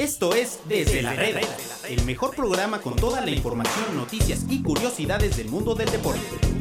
Esto es Desde la Reda, el mejor programa con toda la información, noticias y curiosidades del mundo del deporte.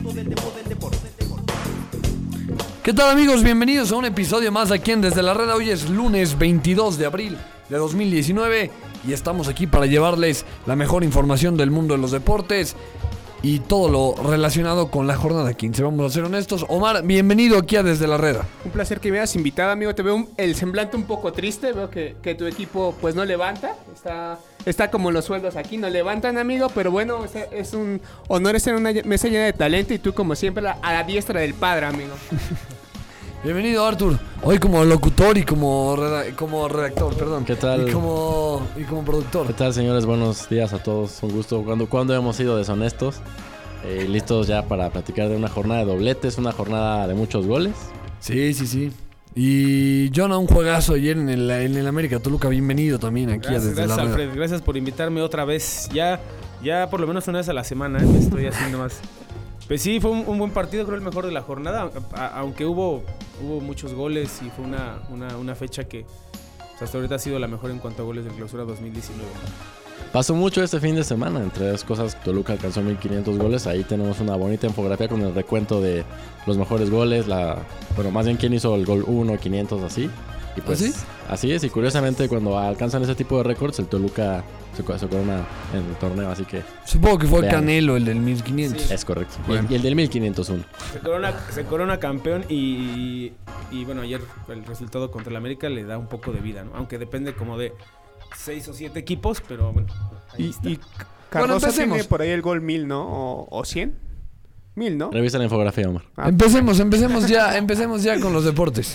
¿Qué tal, amigos? Bienvenidos a un episodio más aquí en Desde la Reda. Hoy es lunes 22 de abril de 2019 y estamos aquí para llevarles la mejor información del mundo de los deportes y todo lo relacionado con la jornada 15. Vamos a ser honestos. Omar, bienvenido aquí a Desde la Reda. Un placer que me hayas invitado, amigo. Te veo el semblante un poco triste. Veo que tu equipo pues no levanta. Está como los sueldos aquí, no levantan, amigo. Pero bueno, es un honor estar en una mesa llena de talento y tú como siempre a la diestra del padre, amigo. Bienvenido, Arthur. Hoy como locutor y como redactor, perdón. ¿Qué tal? Y como productor. ¿Qué tal, señores? Buenos días a todos. Un gusto. ¿Cuándo hemos sido deshonestos? Listos ya para platicar de una jornada de dobletes, una jornada de muchos goles. Sí. Y Jonah, un juegazo ayer en el América Toluca. Bienvenido también aquí a Desde la Reda. Alfred, gracias por invitarme otra vez. Ya por lo menos una vez a la semana, me estoy haciendo más. Pues sí, fue un buen partido, creo el mejor de la jornada, aunque hubo muchos goles y fue una fecha que hasta ahorita ha sido la mejor en cuanto a goles de clausura 2019. Pasó mucho este fin de semana, entre las cosas, Toluca alcanzó 1,500 goles. Ahí tenemos una bonita infografía con el recuento de los mejores goles, más bien quién hizo el gol 1, 500, así. Y pues ¿sí? Así es, y curiosamente cuando alcanzan ese tipo de récords, el Toluca se corona en el torneo, así que... Supongo que fue el Canelo, el del 1500. Sí. Es correcto. Bueno. Y el del 1501. Se corona campeón y bueno, ayer el resultado contra el América le da un poco de vida, ¿no? Aunque depende como de 6 o 7 equipos, pero bueno, ahí está. Y Cardoso tiene por ahí el gol 1000, ¿no? ¿O 100? 1000, ¿no? Revisa la infografía, Omar. Empecemos ya con los deportes.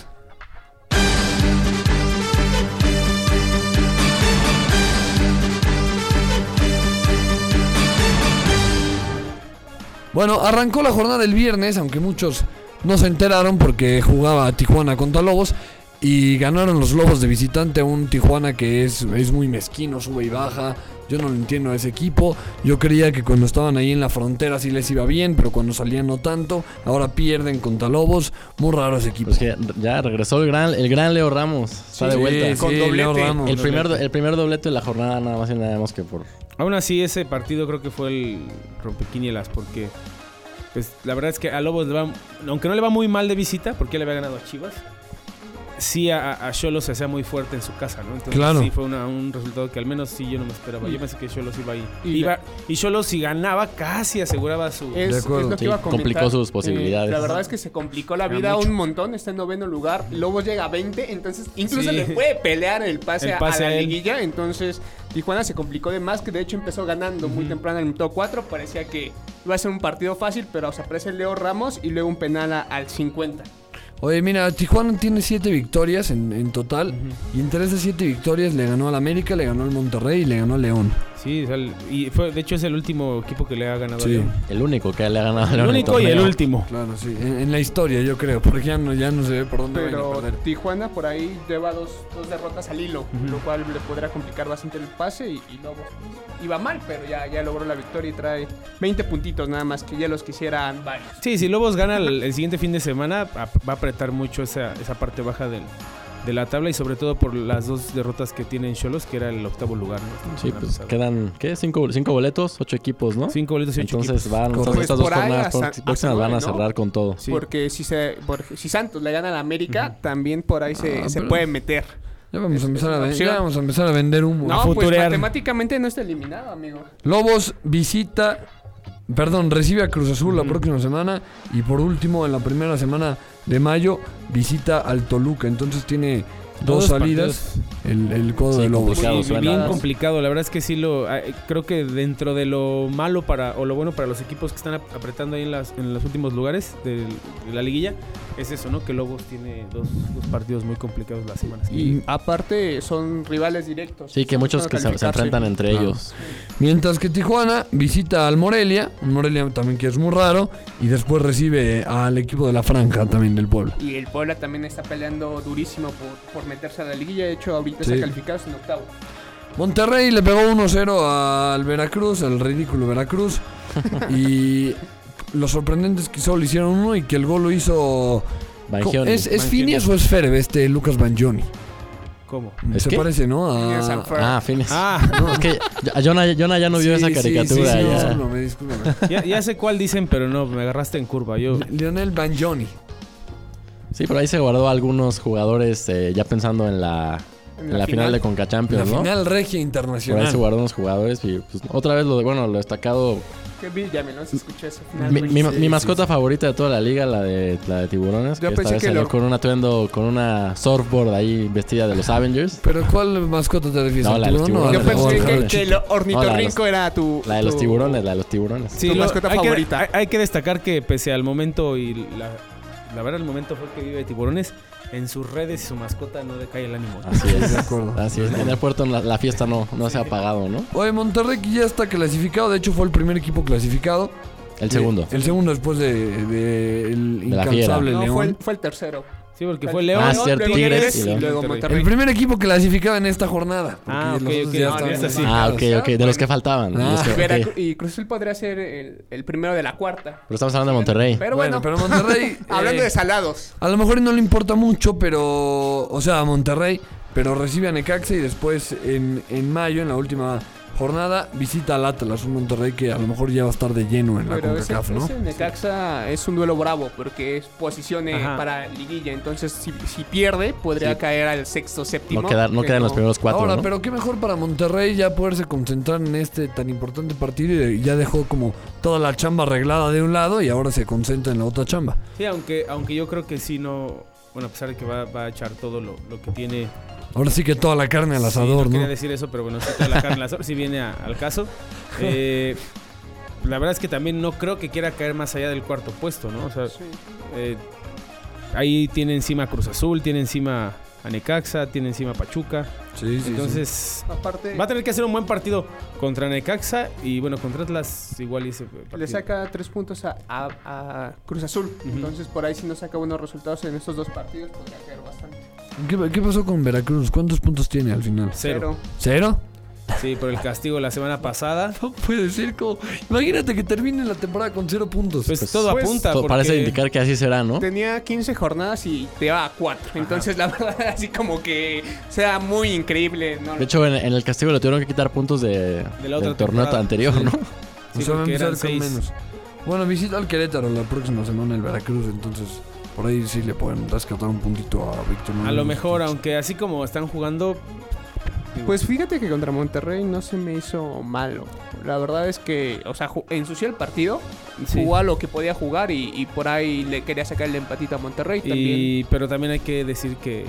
Bueno, arrancó la jornada el viernes, aunque muchos no se enteraron porque jugaba Tijuana contra Lobos y ganaron los Lobos de visitante a un Tijuana que es muy mezquino, sube y baja. Yo no lo entiendo a ese equipo. Yo creía que cuando estaban ahí en la frontera sí les iba bien, pero cuando salían no tanto. Ahora pierden contra Lobos. Muy raro ese equipo. Pues que ya regresó el gran Leo Ramos. Está de vuelta. Con doblete. Leo Ramos. El primer doblete de la jornada, nada más y nada menos que por... Aún así, ese partido creo que fue el rompequinielas, porque pues la verdad es que a Lobos aunque no le va muy mal de visita, porque ya le había ganado a Chivas, sí a Xolos se hacía muy fuerte en su casa, ¿no? Entonces claro. Sí fue un resultado que al menos sí yo no me esperaba. Yo pensé que Xolos iba ahí. Y Xolos si ganaba casi aseguraba su... Es lo que iba a comentar. Complicó sus posibilidades. La verdad es que se complicó la vida un montón. Está en 9º lugar. Lobos llega a 20. Entonces incluso le puede pelear el pase a la liguilla. Entonces Tijuana se complicó de más. Que de hecho empezó ganando muy temprano en el minuto 4. Parecía que iba a ser un partido fácil. Pero se aparece Leo Ramos y luego un penal al 50. Oye, mira, Tijuana tiene 7 victorias en total. Y entre esas 7 victorias le ganó al América, le ganó al Monterrey y le ganó al León. Sí, y de hecho es el último equipo que le ha ganado a León. El único que le ha ganado a León. El único y el último. Claro, sí. En la historia, yo creo, porque ya no se ve por dónde pero van a perder. Tijuana por ahí lleva dos derrotas al hilo, lo cual le podrá complicar bastante el pase y Lobos iba mal, pero ya logró la victoria y trae 20 puntitos nada más, que ya los quisieran varios. Sí, si Lobos gana el siguiente fin de semana, va a apretar mucho esa parte baja de la tabla y sobre todo por las 2 derrotas que tienen Xolos, que era el 8º lugar, ¿no? Sí, pues quedan, ¿qué? 5 boletos, 8 equipos, ¿no? 5 boletos y 8 Entonces equipos. estas 2 jornadas próximas van a cerrar con todo. Sí. Porque si Santos le gana a la América, también por ahí se puede meter. Ya vamos a empezar a vender humo. No, pues matemáticamente no está eliminado, amigo. Lobos recibe a Cruz Azul la próxima semana. Y por último, en la primera semana de mayo, visita al Toluca. Entonces tiene 2 salidas el codo de Lobos. Bien complicado, la verdad es que sí creo que dentro de lo malo o lo bueno para los equipos que están apretando ahí en los últimos lugares de la liguilla, es eso, ¿no? Que Lobos tiene dos partidos muy complicados las semanas. Y aparte son rivales directos. Sí, que muchos que se enfrentan entre ellos. Mientras que Tijuana visita al Morelia, un Morelia también que es muy raro, y después recibe al equipo de la Franja también del Puebla. Y el Puebla también está peleando durísimo por meterse a la liguilla. De hecho, ahorita está calificado en 8º. Monterrey le pegó 1-0 al Veracruz, al ridículo Veracruz. Y lo sorprendente es que solo hicieron uno y que el gol lo hizo... ¿Es Phineas o es Ferb Lucas Banjoni? ¿Cómo? Se parece, ¿no? Phineas. No, es que Jonah ya no vio esa caricatura. Sí, ya. Discúlpame. Ya sé cuál dicen, pero no, me agarraste en curva. Lionel Banjoni. Sí, pero ahí se guardó algunos jugadores ya pensando en la final de Conca Champions, ¿no? La final regia internacional. Por ahí se guardó unos jugadores y pues, otra vez lo destacado. Que Villame, ¿no? Se escuchó eso. Mi mascota favorita de toda la liga, la de Tiburones, Yo que esta vez salió con un atuendo, con una surfboard ahí vestida de los Avengers. ¿Pero cuál mascota te refieres? No, la de los tiburones. Yo pensé que el ornitorrinco era tu... La de los tiburones, Sí, tu mascota favorita. Hay que destacar que pese al momento y la verdad el momento fue que vive de Tiburones, en sus redes y su mascota no decae el ánimo. Así es, de acuerdo. Así es. En el puerto la fiesta no se ha apagado, ¿no? Oye, Monterrey ya está clasificado. De hecho, fue el primer equipo clasificado. El segundo. El segundo después de el incansable León. Fue el tercero. Sí, porque fue León, Tigres y luego Monterrey. El primer equipo clasificado en esta jornada. Ok. De los que faltaban. Y Cruz Azul podría ser el primero de la cuarta. Pero estamos hablando de Monterrey. Pero bueno, pero Monterrey... hablando de salados. A lo mejor no le importa mucho, pero... O sea, a Monterrey, pero recibe a Necaxa y después en mayo, en la última jornada, visita al Atlas, un Monterrey que a lo mejor ya va a estar de lleno en la CONCACAF, ¿no? Ese Necaxa es un duelo bravo porque es posición para liguilla. Entonces, si pierde, podría caer al sexto, séptimo. No quedan los primeros 4, Ahora, ¿no? pero qué mejor para Monterrey ya poderse concentrar en este tan importante partido y ya dejó como toda la chamba arreglada de un lado y ahora se concentra en la otra chamba. Sí, aunque yo creo que sí no... Bueno, a pesar de que va a echar todo lo que tiene... Ahora sí que toda la carne al asador, no ¿no? quería decir eso, pero bueno, sí, toda la carne al asador, sí viene al caso. La verdad es que también no creo que quiera caer más allá del cuarto puesto, ¿no? O sea, ahí tiene encima a Cruz Azul, tiene encima a Necaxa, tiene encima a Pachuca. Sí. Entonces, aparte, va a tener que hacer un buen partido contra Necaxa y bueno, contra Atlas igual y ese partido. Le saca 3 puntos a Cruz Azul. Entonces, por ahí si no saca buenos resultados en estos 2 partidos, podría caer bastante. ¿Qué pasó con Veracruz? ¿Cuántos puntos tiene al final? 0. ¿0? Sí, por el castigo la semana pasada. No puede ser como... Imagínate que termine la temporada con 0 puntos. Pues todo apunta. Porque parece indicar que así será, ¿no? Tenía 15 jornadas y te va a 4. Entonces, la verdad, así como que sea muy increíble, ¿no? De hecho, en el castigo le tuvieron que quitar puntos del torneo anterior, ¿no? Sí, o sea, va a empezar con menos. Bueno, visita al Querétaro la próxima semana el Veracruz, entonces... Por ahí sí le pueden rescatar un puntito a Víctor Manuel. A lo mejor, aunque así como están jugando... Pues fíjate que contra Monterrey no se me hizo malo. La verdad es que, o sea, ensució el partido, jugó a lo que podía jugar y por ahí le quería sacar el empatito a Monterrey también. Pero también hay que decir que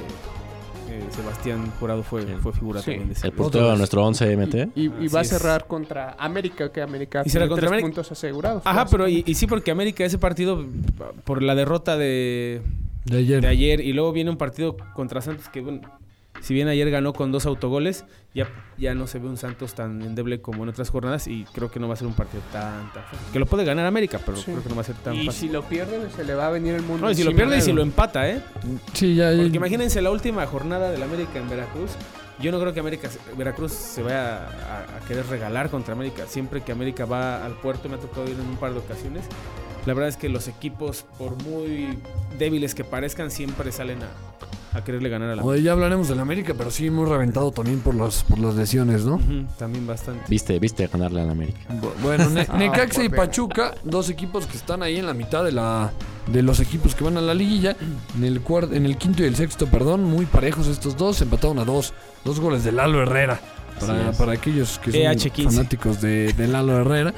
Sebastián Jurado fue figura también. El portero de nuestro 11 MT. Y va a cerrar contra América, que América tiene 3 puntos asegurados. Ajá, pero y sí, porque América ese partido, por la derrota de ayer, y luego viene un partido contra Santos que, bueno, si bien ayer ganó con 2 autogoles, ya no se ve un Santos tan endeble como en otras jornadas y creo que no va a ser un partido tan fácil. Que lo puede ganar América, pero creo que no va a ser tan fácil. Y si lo pierden, se le va a venir el mundo. No, y si lo pierde y si lo empata, Sí, ya. Porque imagínense la última jornada del América en Veracruz. Yo no creo que Veracruz se vaya a querer regalar contra América. Siempre que América va al puerto, me ha tocado ir en un par de ocasiones. La verdad es que los equipos, por muy débiles que parezcan, siempre salen a quererle ganar a la América. Ya hablaremos del América, pero sí muy reventado también por las lesiones, ¿no? También bastante. Viste ganarle a la América. Bueno, Necaxa y Pachuca, 2 equipos que están ahí en la mitad de los equipos que van a la liguilla. En el quinto y el sexto, muy parejos estos dos. Empataron a 2 goles de Lalo Herrera. Para aquellos que son fanáticos de Lalo Herrera.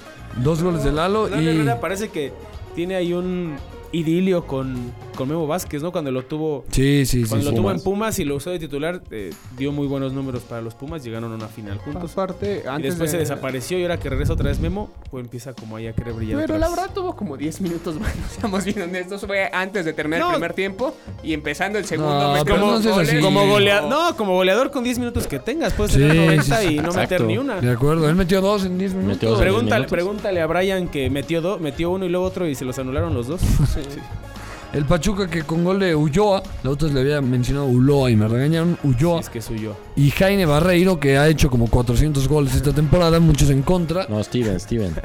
2 goles de Lalo y... Herrera parece que tiene ahí un idilio con Memo Vázquez, ¿no? Cuando lo tuvo cuando lo tuvo en Pumas y lo usó de titular, dio muy buenos números para los Pumas, llegaron a una final juntos. Aparte, y después se desapareció y ahora que regresa otra vez Memo, pues empieza como ahí a querer brillar. Pero la verdad tuvo como 10 minutos buenos, estamos bien honestos. Fue antes de terminar el primer tiempo y empezando el segundo. Como goleador con 10 minutos que tengas, puedes tener 90 y no meter ni una. De acuerdo, él metió 2 en 10 minutos. Pregúntale a Brian que metió uno y luego otro y se los anularon los dos. Sí. El Pachuca que con gol de Ulloa, la otra le había mencionado Ulloa y me regañaron, Ulloa. Sí, es que es Ulloa. Y Jaime Barreiro, que ha hecho como 400 goles esta temporada, muchos en contra. No, Steven.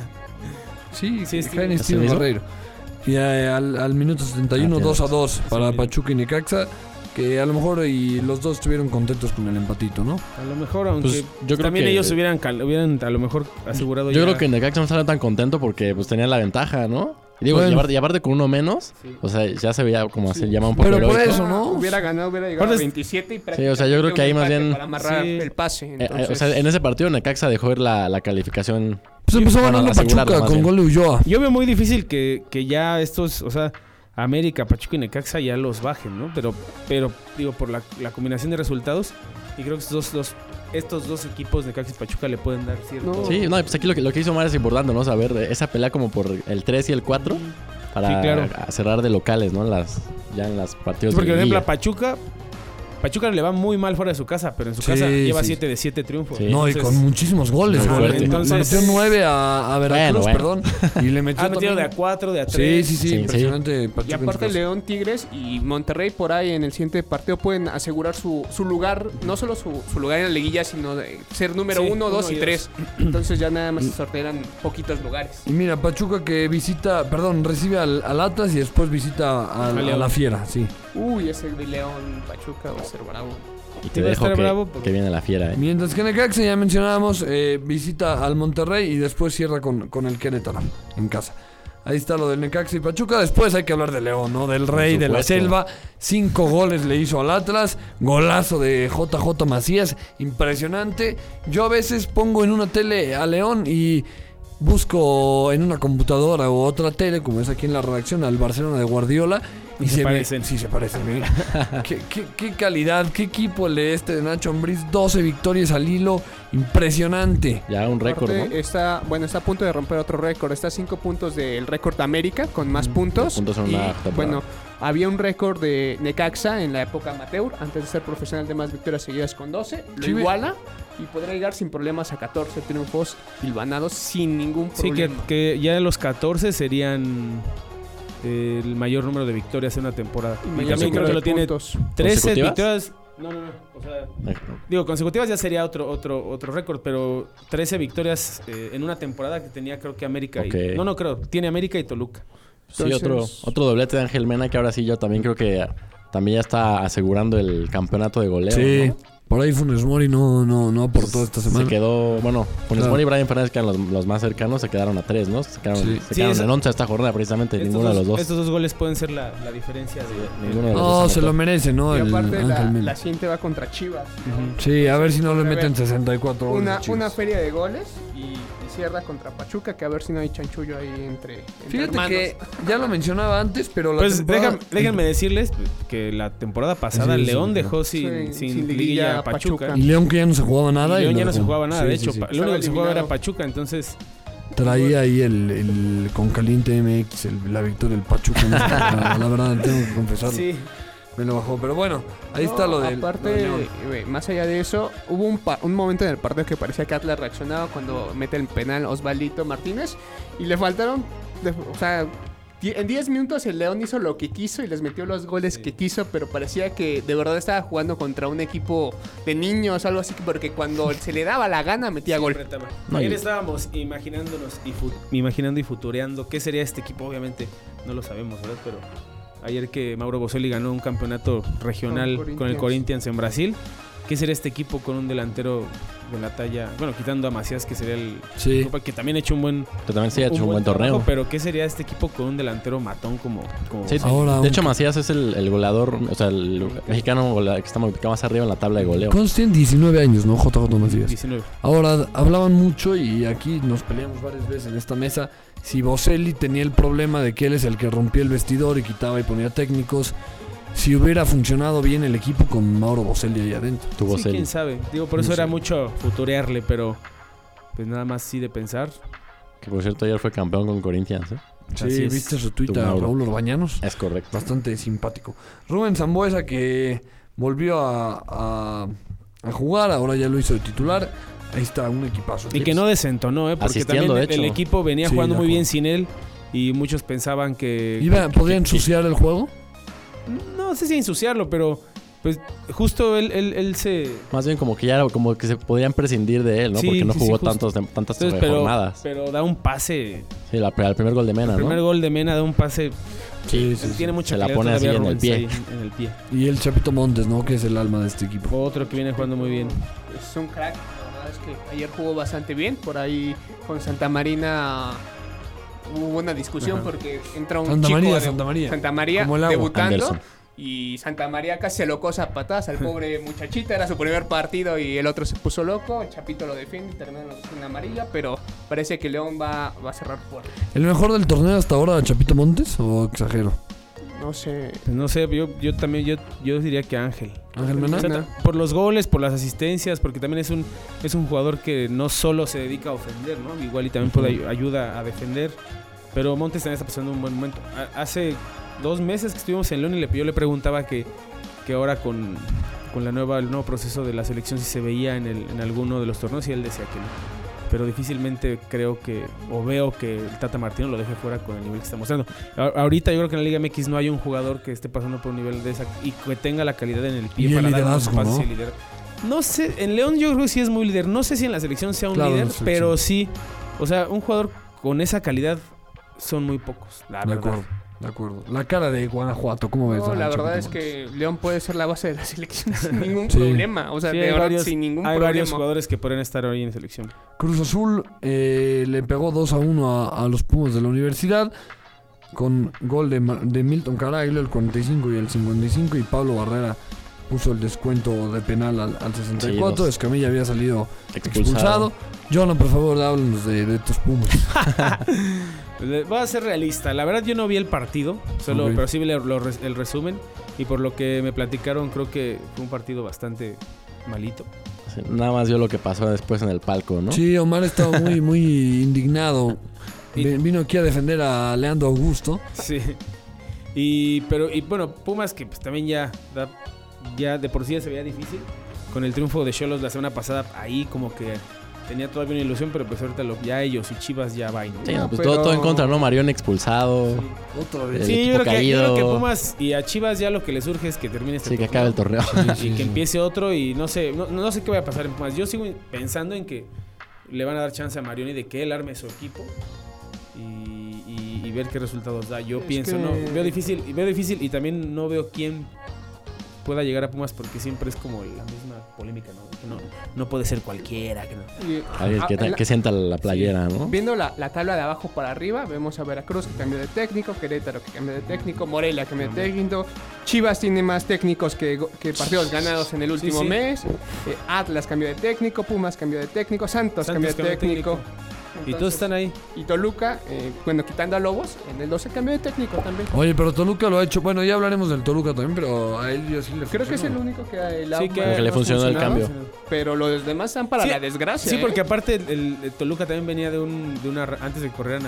Sí, Jaime Steven Barreiro. Y al minuto 71, 2-2 para Pachuca y Necaxa, que a lo mejor y los dos estuvieron contentos con el empatito, ¿no? A lo mejor, aunque Pues, yo creo también que- ellos hubieran a lo mejor asegurado Yo ya. creo que Necaxa no estaba tan contento porque pues tenía la ventaja, ¿no? Y digo, Bueno. y aparte con uno menos, o sea, ya se veía como se llama un poco Pero por heroico. eso, ¿no? Hubiera ganado, hubiera llegado a Aparte- 27 y Sí, o sea, yo creo que ahí más bien- para amarrar Sí. el pase. O Entonces, sea, en ese partido Necaxa dejó ir la calificación. Pues empezó Bueno, ganando asegurarla Pachuca más con bien. gol de Ulloa. Yo veo muy difícil que ya estos, o sea, América, Pachuca y Necaxa ya los bajen, ¿no? Pero digo, por la combinación de resultados, y creo que estos dos equipos, Necaxa y Pachuca, le pueden dar cierto... No. Sí, no, pues aquí lo que hizo Omar es importante, ¿no? Saber esa pelea como por el 3 y el 4 para Sí, claro. cerrar de locales, ¿no? Ya en las partidos Porque, de por ejemplo, liguilla. a Pachuca le va muy mal fuera de su casa, pero en su Sí, casa lleva sí. 7 de 7 triunfos. Sí. No, y con muchísimos goles. Muy güey. fuerte. Entonces- Metió 9 a Veracruz, Bueno. perdón. Y le metió Ha metido de también- a 4, de a 3. Sí, sí, sí, Sí, impresionante. Pachuca y en su aparte casa. León, Tigres y Monterrey por ahí en el siguiente partido pueden asegurar su lugar, no solo su lugar en la liguilla, sino de ser número Sí, 1, 2 uno y y 3. Entonces ya nada más se sortearán poquitos lugares. Y mira, Pachuca que recibe al Atlas y después visita a León. la Fiera, sí. Uy, ese de León, Pachuca va a ser bravo. Y Sí, te va a dejo estar que, bravo porque- que viene la fiera, ¿eh? Mientras que Necaxa, ya mencionábamos, visita al Monterrey y después cierra con el Querétaro en casa. Ahí está lo del Necaxa y Pachuca. Después hay que hablar de León, ¿no? Del rey de la supuesto. selva. 5 goles le hizo al Atlas. Golazo de JJ Macías. Impresionante. Yo a veces pongo en una tele a León y busco en una computadora o otra tele, como es aquí en la redacción, al Barcelona de Guardiola. Y se parecen. Sí, se parecen. ¿eh? ¿Qué calidad, qué equipo el de Nacho Ambriz. 12 victorias al hilo. Impresionante. Ya un récord, Aparte, ¿no? está a punto de romper otro récord. Está a 5 puntos del récord de América con más puntos. puntos en Y, una temporada. bueno, había un récord de Necaxa en la época amateur, antes de ser profesional, de más victorias seguidas con 12. Lo Sí, iguala y podrá llegar sin problemas a 14 triunfos hilvanados sin ningún Sí, problema. que ya los 14 serían el mayor número de victorias en una temporada. Y Y mayor también creo número que de lo tiene puntos. 13 ¿Consecutivas? victorias. No. O sea, digo, consecutivas ya sería otro récord, pero 13 victorias en una temporada que tenía creo que América. Ok. Tiene América y Toluca. Sí, Entonces- otro doblete de Ángel Mena que ahora sí yo también creo que también ya está asegurando el campeonato de goleo, Sí. ¿no? Por ahí Funes Mori no aportó esta semana. Se quedó, bueno, Funes Claro. Mori y Brian Fernández, que eran los más cercanos, se quedaron a 3, ¿no? Se quedaron, Sí. se Sí, quedaron esa- en 11 esta jornada precisamente, ninguno de los dos. Estos dos goles pueden ser la diferencia de Ninguno de los No, dos se anotó. lo merece, ¿no? Y El aparte Ángel la Mena. siguiente va contra Chivas. Sí, a ver si no le A ver, meten 64 goles. a Chivas. Una feria de goles y cierra contra Pachuca, que a ver si no hay chanchullo ahí entre Fíjate hermanos. que ya lo mencionaba antes, pero la Pues temporada- déjenme decirles que la temporada pasada Sí, sí, León sí, dejó sí, sin liguilla a Pachuca. Y León que ya no se jugaba nada. Y León lo ya no se dejó. jugaba nada. Sí, De sí, hecho, sí. lo único que se jugaba era eliminado. Pachuca. Entonces, Traía ahí el con caliente MX, la victoria del Pachuca. la verdad, tengo que confesarlo. sí. Me lo bajó. Pero bueno, ahí No, está lo del. Aparte, lo de León. más allá de eso, hubo un momento en el partido que parecía que Atlas reaccionaba cuando mete el penal Osvaldito Martínez y le faltaron, o sea, en 10 minutos el León hizo lo que quiso y les metió los goles que quiso, pero parecía que de verdad estaba jugando contra un equipo de niños o algo así, porque cuando se le daba la gana metía gol. Siempre estaba. No, Ayer y- estábamos imaginando y futureando qué sería este equipo. Obviamente no lo sabemos, ¿verdad? Pero ayer que Mauro Boselli ganó un campeonato regional con el Corinthians en Brasil, ¿qué sería este equipo con un delantero de la talla? Bueno, quitando a Macías, que sería el Sí. que también ha hecho un buen Que también sí ha hecho un buen torneo. trabajo, pero ¿qué sería este equipo con un delantero matón como Sí, Ahora, de hecho, Macías es el goleador, o sea, el mexicano que está más arriba en la tabla de goleo. ¿Cuántos tienen? 19 años, ¿no? JJ Macías. 19? Ahora, hablaban mucho y aquí nos peleamos varias veces en esta mesa. Si Boselli tenía el problema de que él es el que rompía el vestidor y quitaba y ponía técnicos, si hubiera funcionado bien el equipo con Mauro Boselli ahí adentro. Tuvo Sí, Celi. quién sabe. Digo, por No eso era sé. mucho futurearle, pero pues nada más sí de pensar. Que por cierto, ayer fue campeón con Corinthians, ¿eh? Sí, Así es. viste su tuit Tu a Mauro. Raúl Orbañanos. Es correcto. Bastante simpático. Rubén Zambuesa que volvió a jugar, ahora ya lo hizo de titular. Ahí está, un equipazo. Y que no desentonó, porque Asistiendo, también de hecho. el equipo venía Sí, jugando de muy bien acuerdo. sin él y muchos pensaban que... ¿Podía ensuciar el juego? No sé si ensuciarlo, pero pues justo él se... Más bien como que ya era como que se podrían prescindir de él, ¿no? Sí, Porque no sí, jugó sí, justo. tantas Entonces, jornadas. pero da un pase... Sí, el primer gol de Mena, El primer ¿no? gol de Mena da un pase Sí. Tiene mucha Se la pone así en el pie. En el pie. Y el Chapito Montes, ¿no? Que es el alma de este equipo. Otro que viene jugando muy bien. Es un crack. La verdad es que ayer jugó bastante bien. Por ahí con Santa Marina hubo una discusión porque entra un Santa María debutando. Anderson. Y Santa María casi se lo cosa a patadas al pobre muchachita. Era su primer partido y el otro se puso loco. El Chapito lo defiende y termina en amarilla. Pero parece que León va a cerrar fuerte. ¿El mejor del torneo hasta ahora, Chapito Montes? ¿O exagero? No sé. No sé, yo también yo diría que Ángel. ¿Ángel Mena? O sea, por los goles, por las asistencias, porque también es un jugador que no solo se dedica a ofender, ¿no? Igual y también ayuda a defender. Pero Montes también está pasando un buen momento. Hace 2 meses que estuvimos en León y yo le preguntaba que ahora con el nuevo proceso de la selección si se veía en alguno de los torneos y él decía que no. Pero difícilmente veo que el Tata Martino lo deje fuera con el nivel que está mostrando. Ahorita yo creo que en la Liga MX no hay un jugador que esté pasando por un nivel de esa y que tenga la calidad en el pie y para el dar unos liderazgo, pases ¿no? y liderar. No sé, en León yo creo que sí es muy líder. No sé si en la selección sea un líder, pero sí. O sea, un jugador con esa calidad son muy pocos, la verdad. De acuerdo. La cara de Guanajuato, ¿cómo ves? No, la verdad es que León puede ser la base de la selección sin ningún problema. O sea, de verdad, sin ningún problema. Hay varios jugadores que podrían estar hoy en selección. Cruz Azul le pegó 2-1 a los Pumas de la Universidad con gol de Milton Caraglio el 45 y el 55 y Pablo Barrera puso el descuento de penal al 64. Sí, Escamilla había salido expulsado. Jonah, por favor, háblanos de tus Pumas. Voy a ser realista. La verdad yo no vi el partido, pero sí vi el resumen. Y por lo que me platicaron, creo que fue un partido bastante malito. Sí, nada más vio lo que pasó después en el palco, ¿no? Sí, Omar estaba muy indignado. Vino aquí a defender a Leandro Augusto. Sí. Y bueno, Pumas que pues también ya de por sí se veía difícil. Con el triunfo de Xolos la semana pasada, ahí como que tenía todavía una ilusión, pero pues ahorita ya ellos y Chivas ya van. Sí, pues todo en contra, ¿no? Marión expulsado. Sí. Otra vez. Sí, yo creo que Pumas y a Chivas ya lo que les surge es que termine este torneo. Sí, que acabe el torneo. Y que empiece otro y no sé qué va a pasar en Pumas. Yo sigo pensando en que le van a dar chance a Marioni de que él arme su equipo y ver qué resultados da. Yo pienso, ¿no? Veo difícil y también no veo quién pueda llegar a Pumas porque siempre es como la misma polémica, ¿no? No puede ser cualquiera. Alguien que sienta la playera, ¿no? Viendo la tabla de abajo para arriba, vemos a Veracruz que cambió de técnico, Querétaro que cambió de técnico, Morelia que cambió de técnico, Chivas tiene más técnicos que partidos ganados en el último mes, Atlas cambió de técnico, Pumas cambió de técnico, Santos cambió de técnico. Entonces, y todos están ahí. Y Toluca, quitando a Lobos, en el 12 cambió de técnico también. Oye, pero Toluca lo ha hecho. Bueno, ya hablaremos del Toluca también, pero a él yo sí le funcionó. Creo que es el único que le funcionó el cambio. Pero los demás están para la desgracia. Sí, porque aparte el Toluca también venía de una antes de que corrieran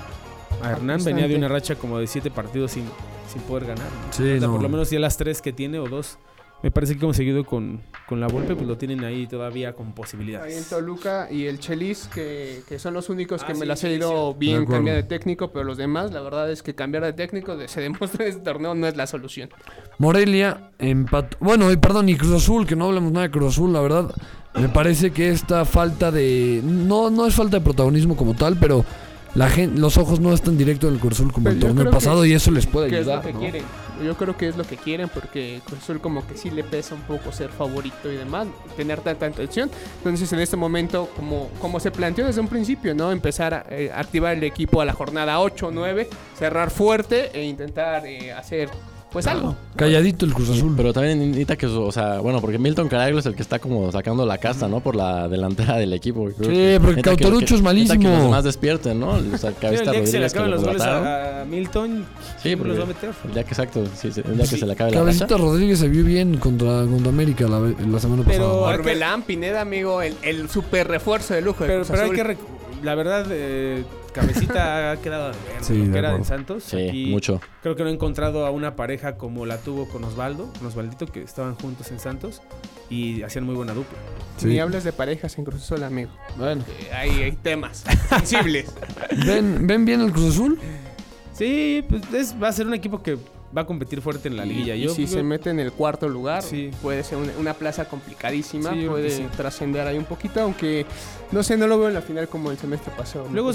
a Hernán, venía de una racha como de 7 partidos sin poder ganar, ¿no? Sí, o sea, por lo menos ya las 3 que tiene o 2. Me parece que como seguido con la Volpe, pues lo tienen ahí todavía con posibilidades. Ahí en Toluca y el Chelis, que son los únicos que me las ha ido bien cambiar de técnico, pero los demás, la verdad es que cambiar de técnico se demuestra en este torneo no es la solución. Morelia empató. Bueno, y Cruz Azul, que no hablemos nada de Cruz Azul, la verdad. Me parece que esta falta de... No es falta de protagonismo como tal, pero los ojos no están directo en el Cruz Azul como el torneo pasado y eso les puede ayudar, es lo que quieren. Yo creo que es lo que quieren porque Cruz Azul como que sí le pesa un poco ser favorito y demás, tener tanta atención. Entonces en este momento, como se planteó desde un principio, ¿no? Empezar a activar el equipo a la jornada 8 o 9, cerrar fuerte e intentar hacer pues algo. Calladito el Cruz Azul. Pero también necesita que, o sea, bueno, porque Milton Caraglio es el que está como sacando la casta, ¿no? Por la delantera del equipo. Sí, porque Cauterucho es malísimo. Que los demás despierten, ¿no? O sea, Cabeza Rodríguez se le acaban los goles a Milton. Sí, porque los va a meter. El día que se le acabe la Cabecita Rodríguez se vio bien contra América la semana pasada. Pero Orbelán Pineda, amigo, el super refuerzo de lujo de Cruz Azul. Pero hay que la verdad, Cabecita ha quedado de ver lo que era en Santos. Sí, aquí mucho. Creo que no he encontrado a una pareja como la tuvo con Osvaldito, que estaban juntos en Santos y hacían muy buena dupla. Sí. Ni hables de parejas en Cruz Azul, amigo. Bueno, hay temas sensibles. ¿Ven bien el Cruz Azul? Sí, pues va a ser un equipo que va a competir fuerte en la liguilla. Y si se mete en el cuarto lugar, puede ser una plaza complicadísima, puede trascender ahí un poquito, aunque no sé, no lo veo en la final como el semestre pasado. Luego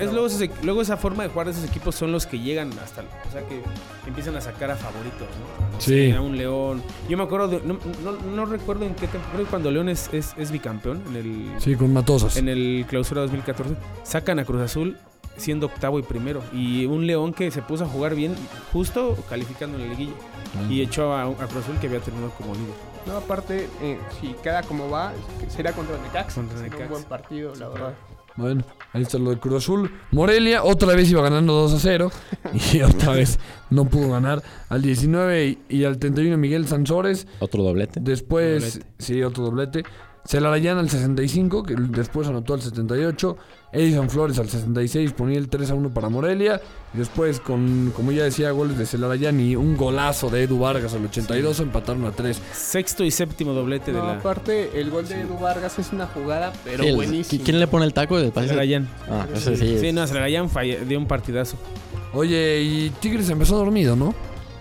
esa forma de jugar de esos equipos son los que llegan hasta, o sea, que empiezan a sacar a favoritos, ¿no? Sí. A un León. Yo me acuerdo no recuerdo en qué temporada, creo que cuando León es bicampeón en el sí, con Matosas. En el Clausura 2014 sacan a Cruz Azul siendo octavo y primero, y un León que se puso a jugar bien justo calificando en la liguilla y echó a Cruz Azul que había terminado como líder. No, aparte, si queda como va, será contra Necaxa. Un buen partido, la verdad. Bueno, ahí está lo de Cruz Azul. Morelia otra vez iba ganando 2-0 y otra vez no pudo ganar. Al 19 y al 31 Miguel Sansores. Otro doblete. Después, sí, otro doblete. Celarayán al 65, que después anotó al 78. Edison Flores al 66 ponía el 3-1 para Morelia. Y después, como ya decía, goles de Celarayán y un golazo de Edu Vargas al 82, empataron a 3. Sexto y séptimo doblete de la... Aparte, el gol de Edu Vargas es una jugada, pero buenísima. ¿Quién le pone el taco del pase? Celarayán. Ese sí. Sí, no, Celarayán dio un partidazo. Oye, y Tigres empezó dormido, ¿no?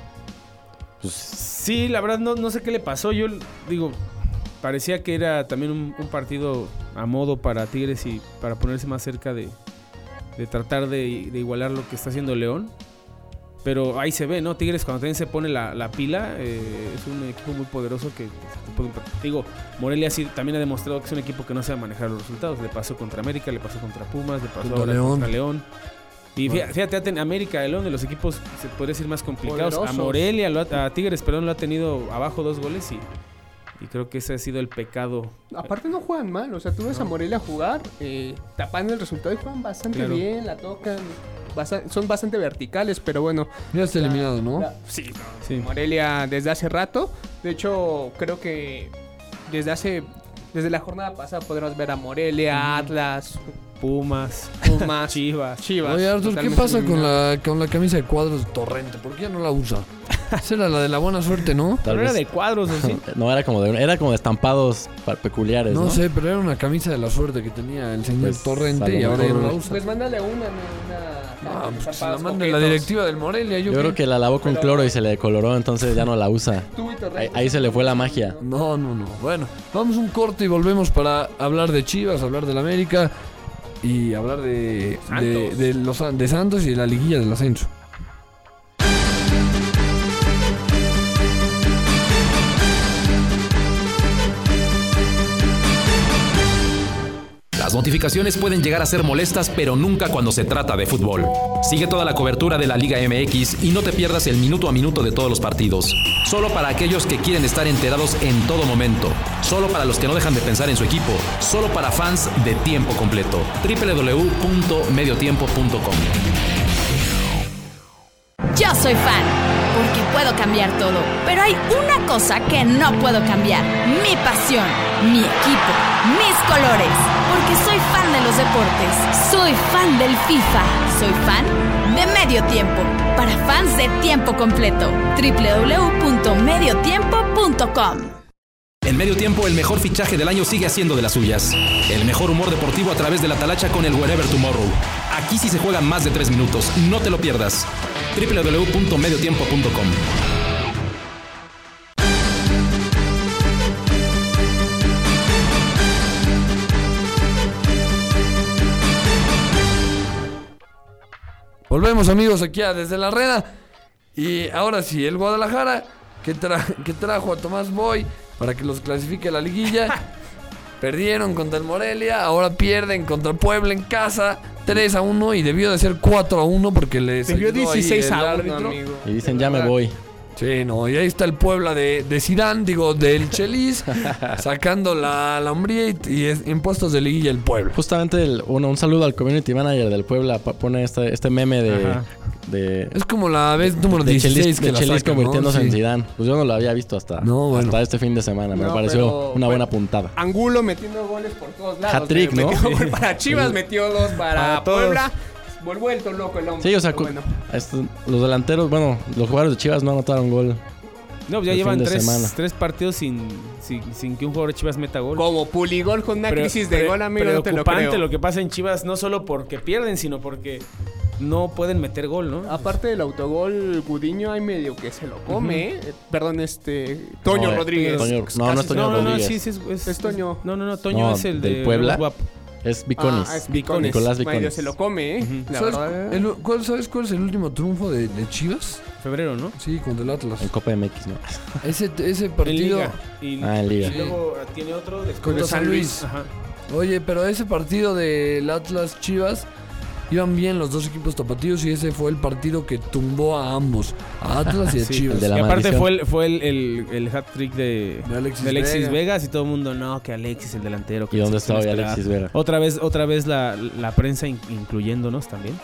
Pues sí, la verdad no sé qué le pasó. Yo digo... Parecía que era también un partido a modo para Tigres y para ponerse más cerca de tratar de igualar lo que está haciendo León. Pero ahí se ve, ¿no? Tigres cuando también se pone la pila, es un equipo muy poderoso que digo, Morelia sí también ha demostrado que es un equipo que no sabe manejar los resultados. Le pasó contra América, le pasó contra Pumas, le pasó ahora contra León. Y fíjate, en América, León, de los equipos, se podría decir más complicados. Poderosos. A Morelia, a Tigres, lo ha tenido abajo 2 goles y creo que ese ha sido el pecado. Aparte no juegan mal, o sea, tú ves a Morelia jugar, tapan el resultado y juegan bastante bien, la tocan, son bastante verticales, pero bueno. Ya está eliminado, ¿no? Sí. Morelia desde hace rato, de hecho creo que desde la jornada pasada podremos ver a Morelia, Atlas, Pumas, Chivas. Oye, Arthur, ¿qué pasa con la camisa de cuadros de Torrente? ¿Por qué ya no la usa? Esa era la de la buena suerte, ¿no? Pero era de cuadros, ¿o sí? No, era como de estampados peculiares, ¿no? No sé, pero era una camisa de la suerte que tenía el señor Torrente y ahora ya no la usa. Pues mándale una pues la manda la directiva del Morelia. Yo creo que la lavó con cloro y se le decoloró, entonces ya no la usa. Ahí se le fue la magia. No. Bueno, vamos un corte y volvemos para hablar de Chivas, hablar del América y hablar de Santos y de la liguilla del ascenso. Las notificaciones pueden llegar a ser molestas, pero nunca cuando se trata de fútbol. Sigue toda la cobertura de la Liga MX y no te pierdas el minuto a minuto de todos los partidos. Solo para aquellos que quieren estar enterados en todo momento. Solo para los que no dejan de pensar en su equipo. Solo para fans de tiempo completo. www.mediotiempo.com. Yo soy fan, porque puedo cambiar todo. Pero hay una cosa que no puedo cambiar. Mi pasión, mi equipo, mis colores. Porque soy fan de los deportes. Soy fan del FIFA. Soy fan de Medio Tiempo. Para fans de tiempo completo. www.mediotiempo.com. En Medio Tiempo, el mejor fichaje del año sigue haciendo de las suyas. El mejor humor deportivo a través de la talacha con el Wherever Tomorrow. Aquí sí se juega más de 3 minutos. No te lo pierdas. www.mediotiempo.com. Volvemos, amigos, aquí Desde la Reda. Y ahora sí, el Guadalajara que trajo a Tomás Boy para que los clasifique a la liguilla. Perdieron contra el Morelia, ahora pierden contra Puebla en casa 3-1 y debió de ser 4-1 porque les debió ayudó 16-1, amigo. Y dicen ya me voy. Sí, no, y ahí está el Puebla de Zidane, del Chelis, sacando la hombría y en puestos de liguilla el Puebla. Justamente un saludo al community manager del Puebla, pone este meme de es como la vez número 16 que de la Chelis sacan, convirtiéndose ¿no? en Zidane. Pues yo no lo había visto hasta este fin de semana. Me pareció una buena puntada. Angulo metiendo goles por todos lados. Hat-trick, ¿no? Metió gol para Chivas, metió 2 para Puebla. Vuelto loco el hombre. Sí, o sea, los delanteros, los jugadores de Chivas no anotaron gol. No, ya llevan 3 partidos sin que un jugador de Chivas meta gol. Como Puligol con una crisis de gol, amigo, no te lo creo. Lo que pasa en Chivas, no solo porque pierden, sino porque no pueden meter gol, ¿no? Aparte del autogol, Gudiño hay medio que se lo come, Perdón, Toño Rodríguez. No es Toño Rodríguez. Sí, es Toño. No, Toño es el del Puebla. Es Viconis. Es Viconis. Nicolás Viconis. Medio se lo come, La verdad. ¿Sabes cuál es el último triunfo de Chivas? Febrero, ¿no? Sí, contra el Atlas. En Copa MX, ¿no? Ese partido... En Liga. Y luego tiene otro contra San Luis. Ajá. Oye, pero ese partido del Atlas Chivas iban bien los dos equipos tapatíos y ese fue el partido que tumbó a ambos, a Atlas y a Chivas. De la y aparte maldición. fue el hat-trick de Alexis Vegas y todo el mundo, no, que Alexis, el delantero. ¿Y dónde está hoy Alexis Vega? Otra vez la prensa incluyéndonos también,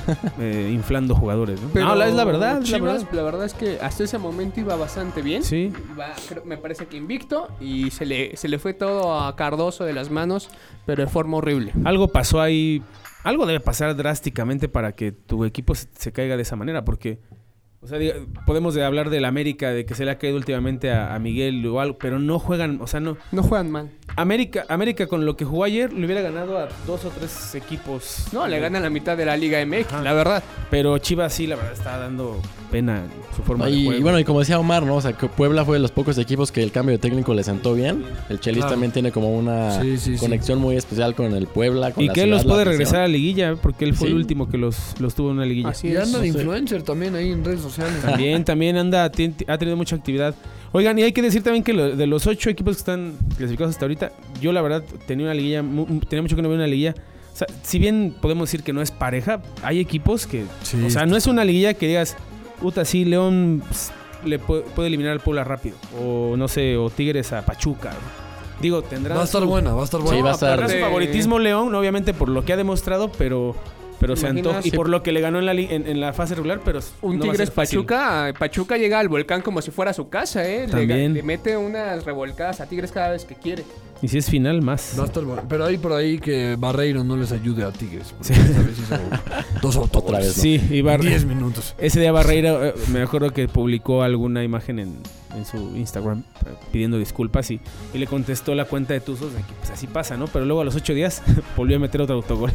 inflando jugadores, ¿no? Pero es la verdad. Chivas, la verdad es que hasta ese momento iba bastante bien. Sí. Me parece que invicto y se le fue todo a Cardoso de las manos, pero de forma horrible. Algo pasó ahí. Algo debe pasar drásticamente para que tu equipo se caiga de esa manera, porque, o sea, podemos hablar del América, de que se le ha caído últimamente a Miguel o algo, pero no juegan, o sea, no juegan mal. América con lo que jugó ayer le hubiera ganado a 2 o 3 equipos. No, le gana la mitad de la Liga MX, la verdad. Pero Chivas sí, la verdad, está dando pena su forma de juego. Y bueno, y como decía Omar, ¿no? O sea, que Puebla fue de los pocos equipos que el cambio de técnico le sentó bien. El Chelis también tiene como una conexión muy especial con el Puebla, con y la que él ciudad, los puede regresar a la liguilla, porque él fue el Sí. último que los tuvo en una liguilla. Así Y es. anda de influencer también ahí en redes sociales. También ha tenido mucha actividad. Oigan, y hay que decir también que de los 8 equipos que están clasificados hasta ahorita, yo la verdad tenía mucho que no ver una liguilla. O sea, si bien podemos decir que no es pareja, hay equipos que... o sea, no es una liguilla que digas, puta, sí, León le puede eliminar al Puebla rápido. O no sé, o Tigres a Pachuca. Digo, tendrá... Va a estar buena. Sí, va a estar. Tendrá su favoritismo León, obviamente por lo que ha demostrado, pero se antoja. Y por lo que le ganó en la fase regular, pero un no va a Tigres ser fácil. Pachuca llega al volcán como si fuera su casa, También. Le mete unas revolcadas a Tigres cada vez que quiere. Y si es final, más. Va a estar bueno. Pero hay por ahí que Barreiro no les ayude a Tigres. Sí. Esta vez hizo 2 autogoles. Otra vez, ¿no? Sí, y 10 minutos. Ese día Barreira, me acuerdo que publicó alguna imagen en su Instagram pidiendo disculpas y le contestó la cuenta de Tuzos de que pues así pasa, ¿no? Pero luego a los 8 días volvió a meter otro autogol.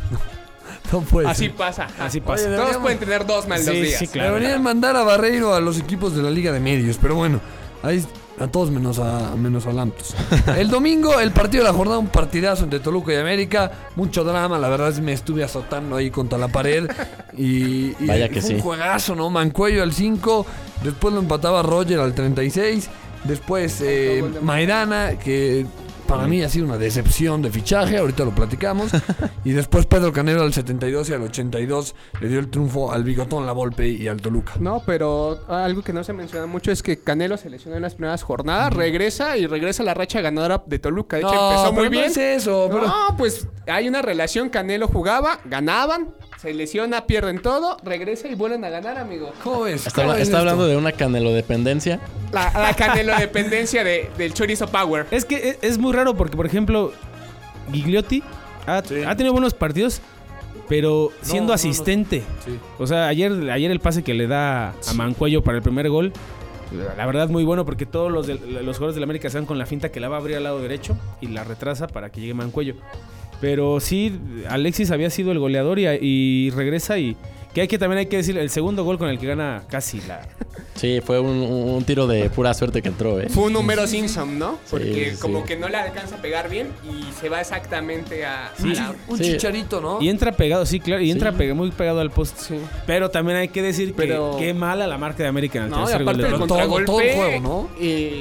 No puede Así ser. pasa. Así pasa. Oye, Todos pueden tener 2 mal 2 días. Sí, claro. Deberían mandar a Barreiro a los equipos de la Liga de Medios. Pero bueno, ahí a todos menos a Lamptos. El domingo, el partido de la jornada, un partidazo entre Toluca y América. Mucho drama, la verdad es que me estuve azotando ahí contra la pared. Y Vaya que fue un sí. juegazo, ¿no? Mancuello al 5. Después lo empataba Roger al 36. Después Maidana, que para mí ha sido una decepción de fichaje, ahorita lo platicamos. Y después Pedro Canelo al 72 y al 82 le dio el triunfo al Bigotón, La Volpe y al Toluca. No, pero algo que no se menciona mucho es que Canelo se lesionó en las primeras jornadas, regresa la racha ganadora de Toluca. De hecho, empezó muy bien. No es eso, pero... No, pues hay una relación, Canelo jugaba, ganaban, se lesiona, pierden todo, regresa y vuelven a ganar, amigo. ¿Cómo ves? Está hablando de una canelodependencia. La Canelo dependencia del Chorizo Power. Es que es muy raro porque, por ejemplo, Gigliotti ha tenido buenos partidos, pero siendo asistente. Sí. O sea, ayer el pase que le da a Mancuello para el primer gol, la verdad muy bueno porque todos los jugadores del América se van con la finta que la va a abrir al lado derecho y la retrasa para que llegue Mancuello. Pero sí, Alexis había sido el goleador y regresa y... también hay que decir, el segundo gol con el que gana casi la... Sí, fue un tiro de pura suerte que entró, Fue un número Simpson, ¿no? Sí, Porque sí. como que no le alcanza a pegar bien y se va exactamente a... Sí. Un Sí. chicharito, ¿no? Y entra pegado, sí, claro, y entra muy pegado al poste. Sí. Pero también hay que decir Pero- que qué mala la marca de América en el No, y tercer gol aparte de del Toluca. todo contragolpe, el juego, ¿no?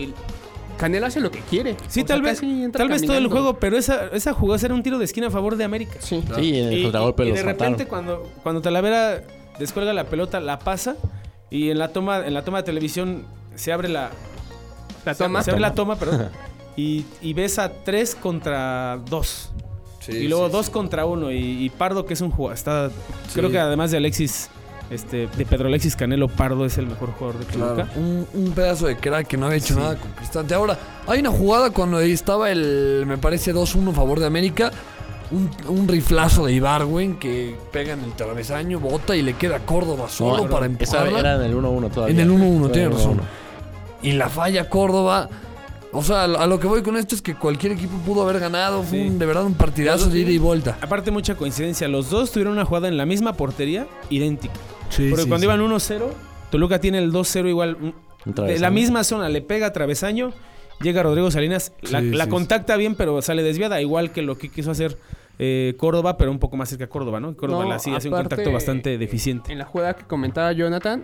Canelo hace lo que quiere. Sí, O sea, tal vez todo el caminando. juego, pero esa jugada era un tiro de esquina a favor de América. Sí. Sí, en el contragolpe y los de mataron. repente cuando Talavera descuelga la pelota, la pasa y en la toma de televisión se abre La toma. se abre la toma, perdón. y ves a 3 contra 2. Sí, Y luego sí, 2 contra 1 y Pardo, que es un jugador, creo que además de Alexis, de Pedro Alexis Canelo, Pardo es el mejor jugador de Toluca. Claro, un pedazo de crack que no había hecho nada con Cristante. Ahora, hay una jugada cuando estaba me parece 2-1 a favor de América. Un riflazo de Ibargüen que pega en el travesaño, bota y le queda a Córdoba solo No, para esa empujarla. era en el 1-1 todavía. En el 1-1, Era tiene en el razón. 1-1. Y la falla Córdoba. O sea, a lo que voy con esto es que cualquier equipo pudo haber ganado. Fue de verdad un partidazo de ida y vuelta. Aparte, mucha coincidencia. Los dos tuvieron una jugada en la misma portería, idéntica. Sí, porque sí, cuando sí. iban 1-0, Toluca tiene el 2-0 igual. De la misma zona, le pega a travesaño. Llega Rodrigo Salinas, la contacta bien, pero sale desviada. Igual que lo que quiso hacer Córdoba, pero un poco más cerca a Córdoba, ¿no? Córdoba hace un contacto bastante deficiente. En la jugada que comentaba Jonathan,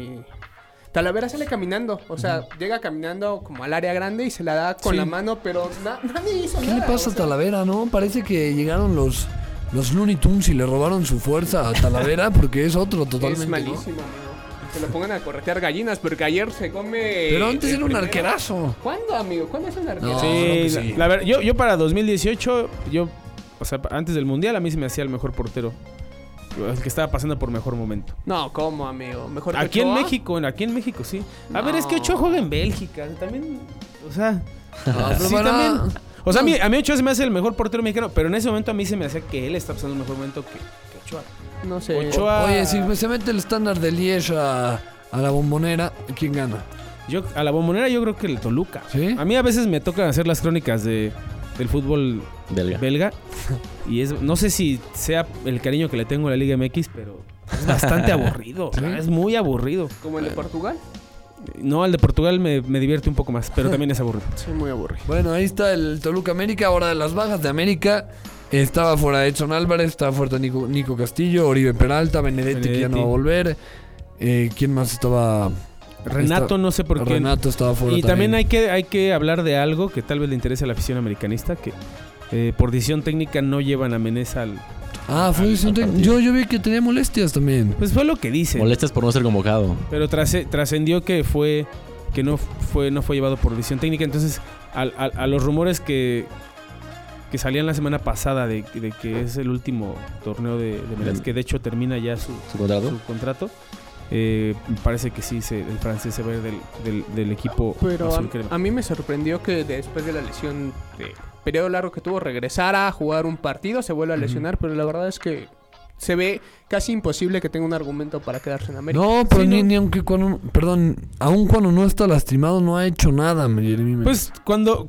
Talavera sale caminando. O sea, llega caminando como al área grande y se la da con la mano, pero nadie hizo nada. ¿Qué le pasa a Talavera, no? Parece que llegaron los Looney Tunes y le robaron su fuerza a Talavera porque es otro totalmente. Es malísimo, amigo. Que lo pongan a corretear gallinas, porque ayer se come... Pero antes era un arquerazo. ¿Cuándo, amigo? ¿Cuándo es un arquerazo? Sí, la verdad, yo para 2018, o sea, antes del Mundial, a mí se me hacía el mejor portero. El que estaba pasando por mejor momento. No, ¿cómo, amigo? ¿Mejor que aquí Ochoa? Aquí en México, sí. A ver, es que Ochoa juega en Bélgica. También, o sea... Sí, también. O sea, a mí Ochoa se me hace el mejor portero mexicano, pero en ese momento a mí se me hacía que él está pasando el mejor momento que Ochoa. No sé. Ochoa... Oye, si se mete el estándar de Liège a la Bombonera, ¿quién gana? A la Bombonera yo creo que el Toluca. ¿Sí? A mí a veces me toca hacer las crónicas del fútbol belga. Y no sé si sea el cariño que le tengo a la Liga MX, pero es bastante aburrido. ¿Sí? Es muy aburrido. ¿Como el de Portugal? No, el de Portugal me divierte un poco más, pero también es aburrido. Sí, muy aburrido. Bueno, ahí está el Toluca América. Ahora de las bajas de América, estaba fuera Edson Álvarez, estaba fuera Nico Castillo, Oribe Peralta, Benedetti que ya no va a volver. ¿Quién más estaba? Renato, no sé por qué. Renato estaba fuera. Y también hay que hablar de algo que tal vez le interese a la afición americanista, que por decisión técnica no llevan a Meneza al... fue decisión técnica. Yo vi que tenía molestias también. Pues fue lo que dicen. Molestias por no ser convocado. Pero trascendió que no fue llevado por decisión técnica. Entonces, a los rumores que salían la semana pasada de que es el último torneo de Meneza, que de hecho termina ya su contrato. Parece que sí, el francés se va a ir del equipo. Pero azul a mí me sorprendió que después de la lesión de periodo largo que tuvo, regresara a jugar un partido, se vuelve a lesionar, pero la verdad es que se ve casi imposible que tenga un argumento para quedarse en América. No, pero ni aunque aún cuando no está lastimado no ha hecho nada. Pues cuando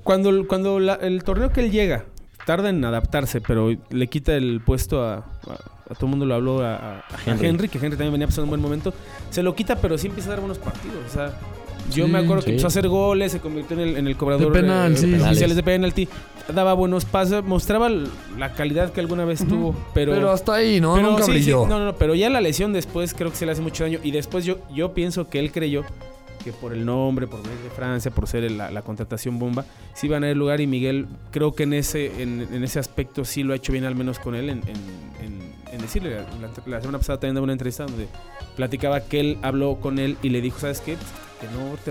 el torneo que él llega tarda en adaptarse, pero le quita el puesto a todo el mundo, lo habló a Henry, que Henry también venía pasando un buen momento. Se lo quita, pero sí empieza a dar buenos partidos. O sea, yo me acuerdo que empezó a hacer goles, se convirtió en el cobrador de penal, oficiales de penalti, daba buenos pases, mostraba la calidad que alguna vez tuvo, pero hasta ahí, ¿no? Nunca brilló. Sí, no, pero ya la lesión después creo que se le hace mucho daño, y después yo pienso que él creyó que por el nombre, por venir de Francia, por ser la contratación bomba, sí iban a ir lugar, y Miguel creo que en ese aspecto sí lo ha hecho bien, al menos con él, en decirle. La semana pasada también daba una entrevista donde platicaba que él habló con él y le dijo, ¿sabes qué? Que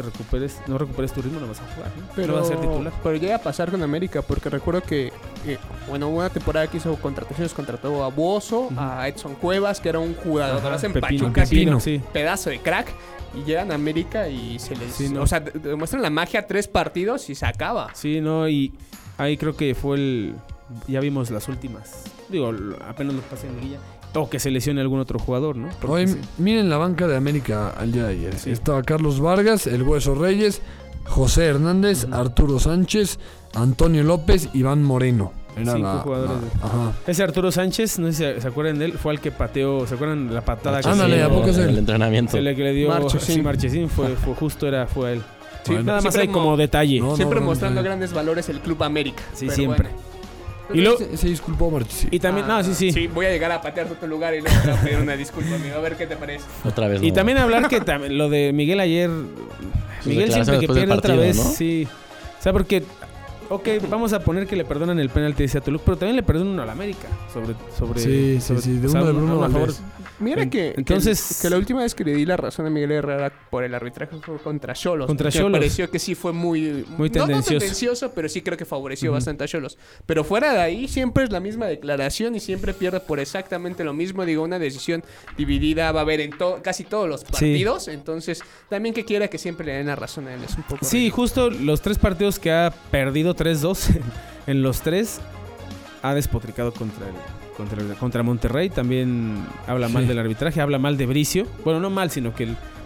no recuperes tu ritmo, no vas a jugar, ¿no? Pero no vas a ser titular. Pero llega a pasar con América, porque recuerdo que una temporada que hizo contrataciones, contrató a Buoso, a Edson Cuevas, que era un jugador en Pachuca, sí. Pedazo de crack, y llegan a América y se les... Sí, no. O sea, demuestran la magia 3 partidos y se acaba. Sí, no, y ahí creo que fue ya vimos las últimas. Digo, apenas los pasé en liguilla. O que se lesione algún otro jugador, ¿no? Oye, miren la banca de América al día de ayer. Sí. Estaba Carlos Vargas, El Hueso Reyes, José Hernández, Arturo Sánchez, Antonio López, Iván Moreno. Era 5 jugadores. Ese Arturo Sánchez, no sé si se acuerdan de él, fue el que pateó, ¿se acuerdan la patada que ándale, ¿a poco es él? El entrenamiento. Se le dio Marchesín, fue él. Sí, bueno, nada más hay como detalle. Siempre mostrando grandes valores el Club América. Sí, siempre. Bueno. Y luego se disculpó Marchesín. Y también, sí, voy a llegar a patear tu lugar y luego te voy a pedir una disculpa, amigo. A ver qué te parece. Otra vez. Y también hablar que lo de Miguel ayer. Miguel siempre que pierde otra vez, ¿no? Sí. O sea, porque vamos a poner que le perdonan el penalti de Toluca, pero también le perdonan al América sobre sí, de uno de Bruno Valdés. Mira que la última vez que le di la razón a Miguel Herrera por el arbitraje fue contra Xolos. Me pareció que sí fue muy tendencioso. No tendencioso, pero sí creo que favoreció bastante a Xolos. Pero fuera de ahí siempre es la misma declaración y siempre pierde por exactamente lo mismo. Digo, una decisión dividida va a haber en casi todos los partidos. Sí. Entonces, también que quiera que siempre le den la razón a él es un poco... Sí, justo los 3 partidos que ha perdido 3-2 en los 3 ha despotricado contra Monterrey. También habla mal del arbitraje, habla mal de Bricio. Bueno, no mal, sino que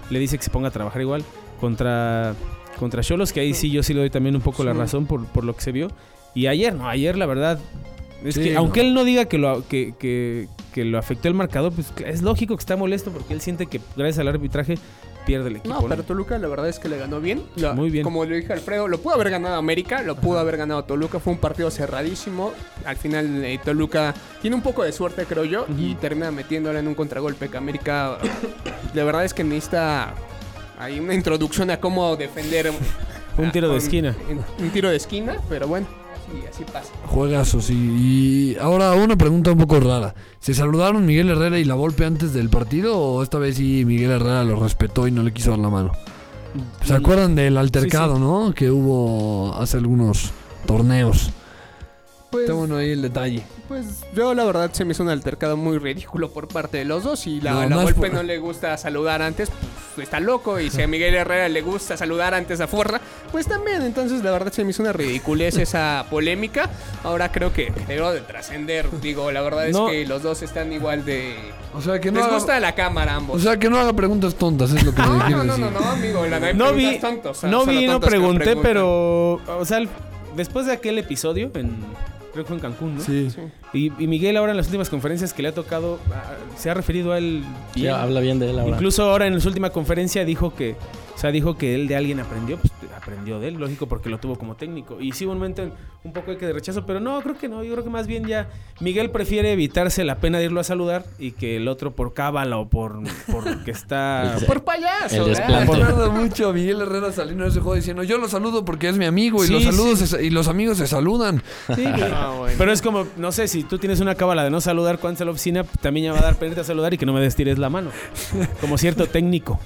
le dice que se ponga a trabajar igual. Contra Xolos, que ahí sí yo sí le doy también un poco la razón por lo que se vio. Y ayer la verdad... Es que aunque él no diga que lo afectó el marcador, pues es lógico que está molesto porque él siente que gracias al arbitraje pierde el equipo. No, pero Toluca la verdad es que le ganó bien. Muy bien. Como le dije a Alfredo, lo pudo haber ganado América, lo pudo haber ganado Toluca. Fue un partido cerradísimo. Al final Toluca tiene un poco de suerte, creo yo, y termina metiéndola en un contragolpe que América la verdad es que necesita hay una introducción a cómo defender un tiro de esquina. Un tiro de esquina, pero bueno. Y así pasa. Juegazos. Y ahora una pregunta un poco rara. ¿Se saludaron Miguel Herrera y La Volpe antes del partido o esta vez sí Miguel Herrera lo respetó y no le quiso dar la mano? ¿Se acuerdan del altercado, sí. ¿no? Que hubo hace algunos torneos. Pues, está bueno ahí el detalle. Pues yo la verdad se me hizo un altercado muy ridículo por parte de los dos. Y la Volpe no le gusta saludar antes, pues está loco. Y si a Miguel Herrera le gusta saludar antes a Forra, pues también. Entonces la verdad se me hizo una ridiculez esa polémica. Ahora creo que debo de trascender. Digo, la verdad es que los dos están igual de... O sea que no les gusta la cámara ambos. O sea que no haga preguntas tontas, es lo que me quiere decir. No, amigo. No vi, tontos, no pregunté, pero... O sea, después de aquel episodio creo que fue en Cancún, ¿no? Sí. Y Miguel ahora en las últimas conferencias que le ha tocado se ha referido a él bien. Sí, habla bien de él ahora. Incluso ahora en su última conferencia dijo que él de alguien aprendió, pues aprendió de él, lógico, porque lo tuvo como técnico. Y sí hubo un momento un poco de rechazo, pero no, creo que no. Yo creo que más bien ya Miguel prefiere evitarse la pena de irlo a saludar y que el otro por cábala o por que está... por payaso. Me acuerdo mucho a Miguel Herrera saliendo de ese juego diciendo yo lo saludo porque es mi amigo y y los amigos se saludan. Sí, bueno. Pero es como, no sé, si tú tienes una cábala de no saludar cuando estás en la oficina, también ya va a dar pena irte a saludar y que no me destires la mano. Como cierto técnico.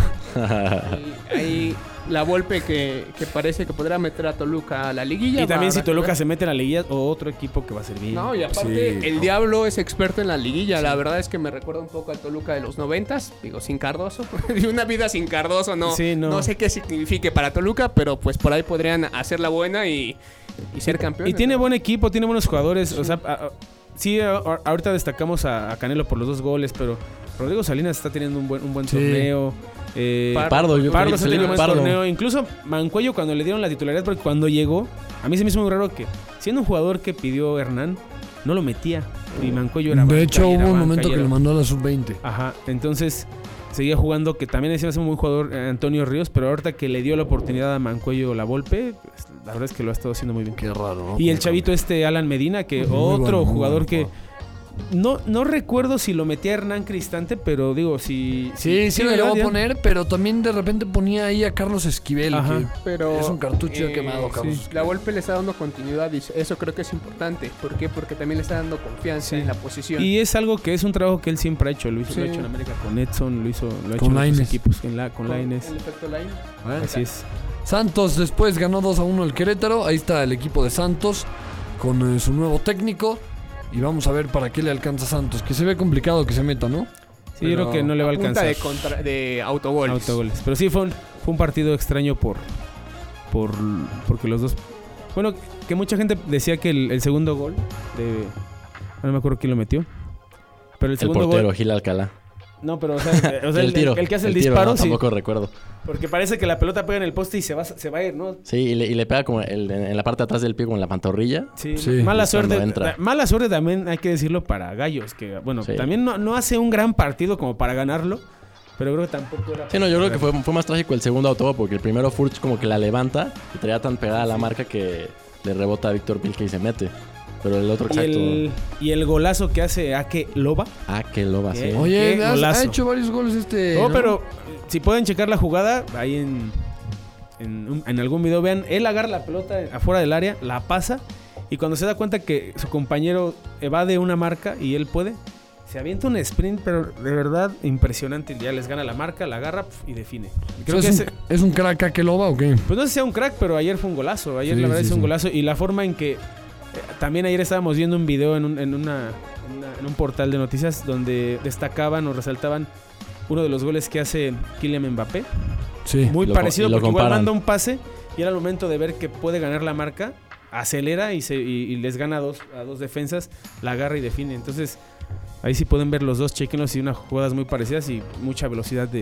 Hay la Volpe que parece que podrá meter a Toluca a la liguilla. Y también si Toluca se mete a la liguilla, o otro equipo que va a servir. No, y aparte el Diablo es experto en la liguilla. Sí. La verdad es que me recuerda un poco al Toluca de los 90s. Digo, sin Cardoso. Y una vida sin Cardoso no sé qué signifique para Toluca, pero pues por ahí podrían hacer la buena y ser campeones. Y tiene buen equipo, tiene buenos jugadores. Sí. O sea, sí, ahorita destacamos a Canelo por los 2 goles, pero Rodrigo Salinas está teniendo un buen torneo. Pardo está teniendo un buen torneo. Incluso Mancuello cuando le dieron la titularidad, porque cuando llegó, a mí se me hizo muy raro que siendo un jugador que pidió Hernán, no lo metía. Y Mancuello era de hecho, hubo un momento que lo mandó a la sub-20. Ajá, entonces seguía jugando, que también decía un buen jugador Antonio Ríos, pero ahorita que le dio la oportunidad a Mancuello La Volpe, pues, la verdad es que lo ha estado haciendo muy bien. Qué raro, ¿no? Y el chavito Alan Medina, que otro jugador que... No recuerdo si lo metía Hernán Cristante, pero digo, sí lo llegó a poner, pero también de repente ponía ahí a Carlos Esquivel, pero es un cartucho quemado, Carlos. Sí. La Volpe le está dando continuidad y eso creo que es importante. ¿Por qué? Porque también le está dando confianza en la posición. Y es algo que es un trabajo que él siempre ha hecho. Lo ha hecho en América con Edson, lo ha hecho en otros equipos, con Lainez. El efecto Lainez. Así es. Santos después ganó 2-1 el Querétaro. Ahí está el equipo de Santos con su nuevo técnico. Y vamos a ver para qué le alcanza a Santos. Que se ve complicado que se meta, ¿no? Sí, yo creo que no le va a alcanzar. De autogoles. Pero sí fue un partido extraño porque los dos... Bueno, que mucha gente decía que el segundo gol no me acuerdo quién lo metió. Pero el segundo portero, gol... Gil Alcalá. No, pero o sea el que hace el disparo, sí. Tampoco recuerdo. Porque parece que la pelota pega en el poste y se va a ir, ¿no? Sí, y le pega como en la parte de atrás del pie, como en la pantorrilla. Sí. Mala suerte también, hay que decirlo, para Gallos, que bueno, también no hace un gran partido como para ganarlo, pero creo que tampoco era... Sí, no, yo creo que fue más trágico el segundo autogol, porque el primero Furch como que la levanta y traía tan pegada a la marca que le rebota a Víctor Vilke y se mete. Pero el otro exacto. Y el golazo que hace Ake Loba. Sí. Oye, ha hecho varios goles ¿no? Pero si pueden checar la jugada, ahí en algún video, vean, él agarra la pelota afuera del área, la pasa, y cuando se da cuenta que su compañero evade una marca y él puede, se avienta un sprint, pero de verdad impresionante. Ya les gana la marca, la agarra y define. Creo que ¿es un crack Ake Loba o qué? Pues no sé si sea un crack, pero ayer fue un golazo. Ayer la verdad es un golazo. Y la forma en que... También ayer estábamos viendo un video en un portal de noticias donde destacaban o resaltaban uno de los goles que hace Kylian Mbappé. Sí. Muy parecido, porque igual manda un pase y era el momento de ver que puede ganar la marca, acelera y les gana a dos defensas, la agarra y define. Entonces ahí sí pueden ver los dos, chequenlos, y unas jugadas muy parecidas y mucha velocidad de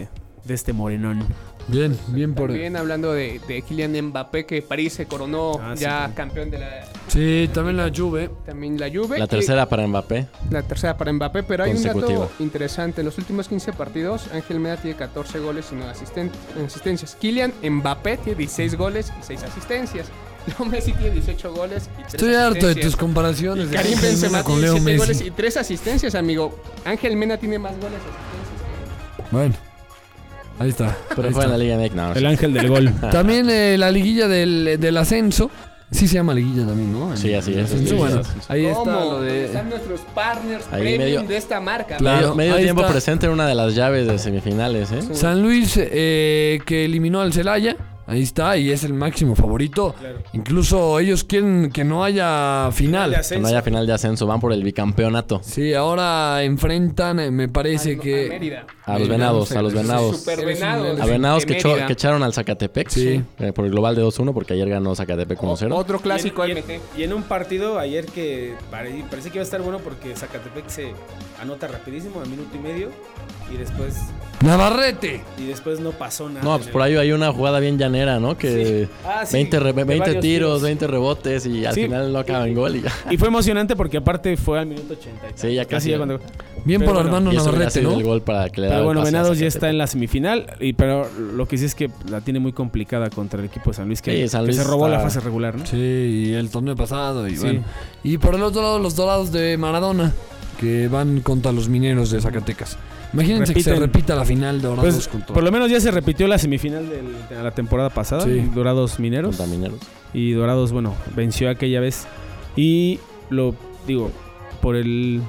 este morenón. Bien por... También hablando de Kylian Mbappé, que París se coronó campeón de la... Sí, también la Juve. También la Juve. La tercera para Mbappé. La tercera para Mbappé, pero hay un dato interesante. En los últimos 15 partidos, Ángel Mena tiene 14 goles y 9 asistencias. Kylian Mbappé tiene 16 goles y 6 asistencias. Leo Messi tiene 18 goles y 3 Estoy harto de tus comparaciones. Karim Benzema tiene 17 goles y 3 asistencias, amigo. Ángel Mena tiene más goles y asistencias. Bueno. Ahí está. Pero fue en la Liga MX, no. El ángel del gol. También la liguilla del ascenso. Sí se llama liguilla también, ¿no? Sí, así es. Bueno, ahí está lo de... Están nuestros partners ahí premium de esta marca. Claro, medio tiempo está. Presente en una de las llaves de semifinales, ¿eh? Sí. San Luis, que eliminó al Celaya. Ahí está, y es el máximo favorito. Claro. Incluso ellos quieren que no haya final. Que no haya final de ascenso, van por el bicampeonato. Sí, ahora enfrentan, me parece que... A Mérida. A los Venados, a los Venados. Super Venados. A Venados que echaron al Zacatepec. Sí. Por el global de 2-1, porque ayer ganó Zacatepec 1-0. Otro clásico MT. Y en un partido ayer que parece que iba a estar bueno porque Zacatepec se anota rapidísimo, a minuto y medio. Y después... ¡Navarrete! Y después no pasó nada. No, pues por ahí hay una jugada bien llanera, ¿no? Que sí. 20 tiros, 20 rebotes y al final no acaba en gol y ya. Y fue emocionante porque aparte fue al minuto 80. Sí, ya casi. Cuando... Bien por Armando Navarrete, ¿no? El gol para que le pero bueno, Venados ya está en la semifinal. Pero lo que sí es que la tiene muy complicada contra el equipo de San Luis, que se robó la fase regular, ¿no? Sí, y el torneo pasado. Y bueno. Y por el otro lado, los Dorados de Maradona, que van contra los Mineros de Zacatecas. Imagínense que se repita la final de Dorados pues, contra... Por lo menos ya se repitió la semifinal de la temporada pasada. Sí. Dorados Mineros. Contra Mineros. Y Dorados, bueno, venció aquella vez. Y lo digo, por el